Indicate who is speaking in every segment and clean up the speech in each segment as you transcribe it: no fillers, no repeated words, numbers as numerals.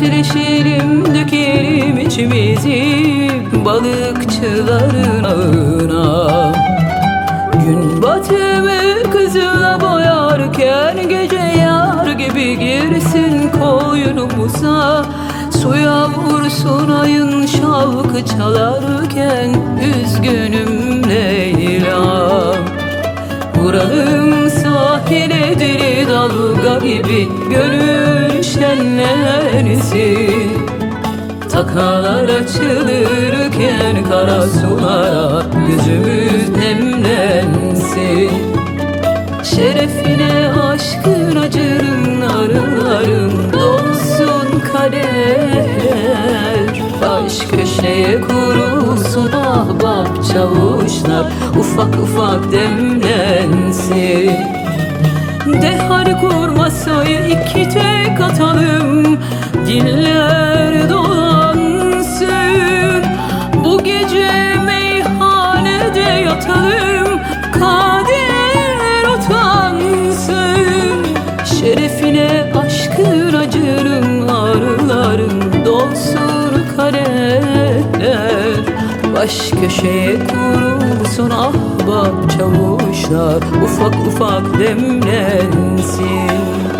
Speaker 1: Dertleşelim, dökelim içimizi balıkçıların ağına. Gün batımı kızıla boyarken gece yar gibi girsin koynumuza. Suya vursun ayın şavkı çalarken üzgünüm Leyla. Vuralım sahile deli dalga gibi gönül şenlensin. Takalar açılırken kara sulara gözümüz nemlensin. Şerefine aşkın acırın arıların dolsun kaderler. Baş köşeye kurulsun ahbap çavuşlar, ufak ufak demlensin. De hadi kur masayı iki tek atalım, diller dolansın. Bu gece meyhanede yatalım, kader utansın. Şerefine aşkın acırın ağrıların dolsun kaderler. Baş köşeye kurulsun ahbap çavuşlar, ufak ufak demlensin.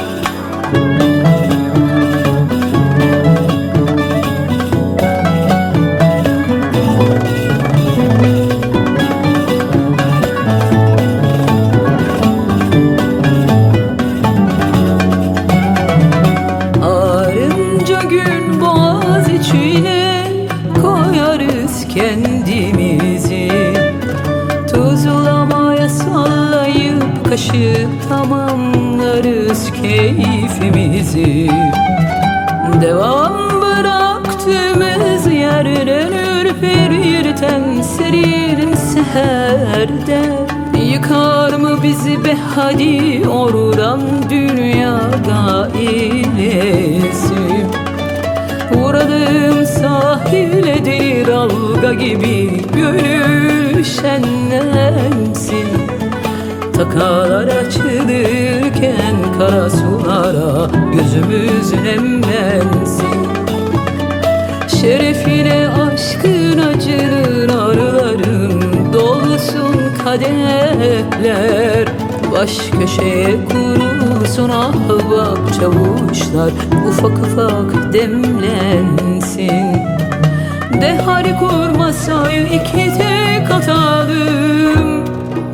Speaker 1: Ağrınca gün boğaz içine koyarız kendimizi. Tuzlamaya sallayıp kaşık tamamlarız keyfimizi. Devam bıraktığımız yerden ürperirten serin seherde. Yıkar mı bizi be hadi oradan dünyada iyilesin. Vuralım sahile deli dalga gibi gönül şenlensin. Takalar açılırken kara sulara gözümüz nemlensin. Şerefine aşkın acının arıların dolsun kaderler. Baş köşeye kurulsun ahbap çavuşlar, ufak ufak demlensin. De hadi kur masayı iki tek atalım.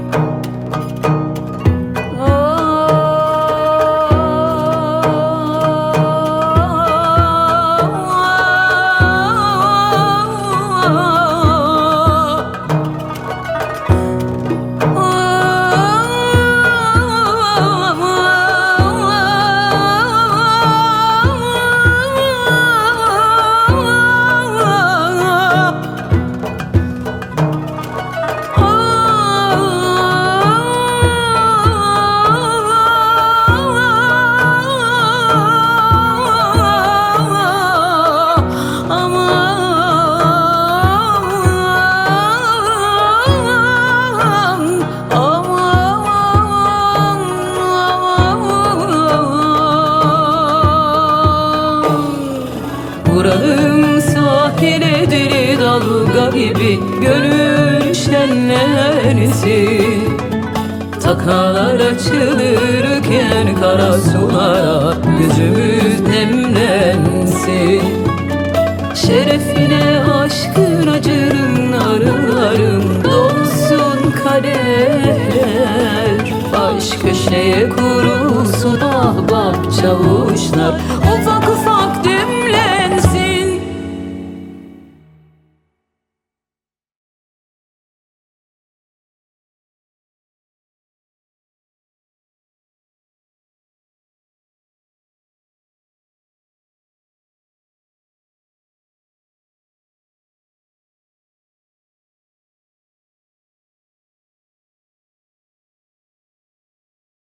Speaker 1: Vuralım sahile deli dalga gibi gönül şenlensin. Takalar açılırken kara sulara gözümüz nemlensin. Şerefine aşkın acırın arıların dolsun kaderler. Baş köşeye kurulsun ahbap çavuşlar,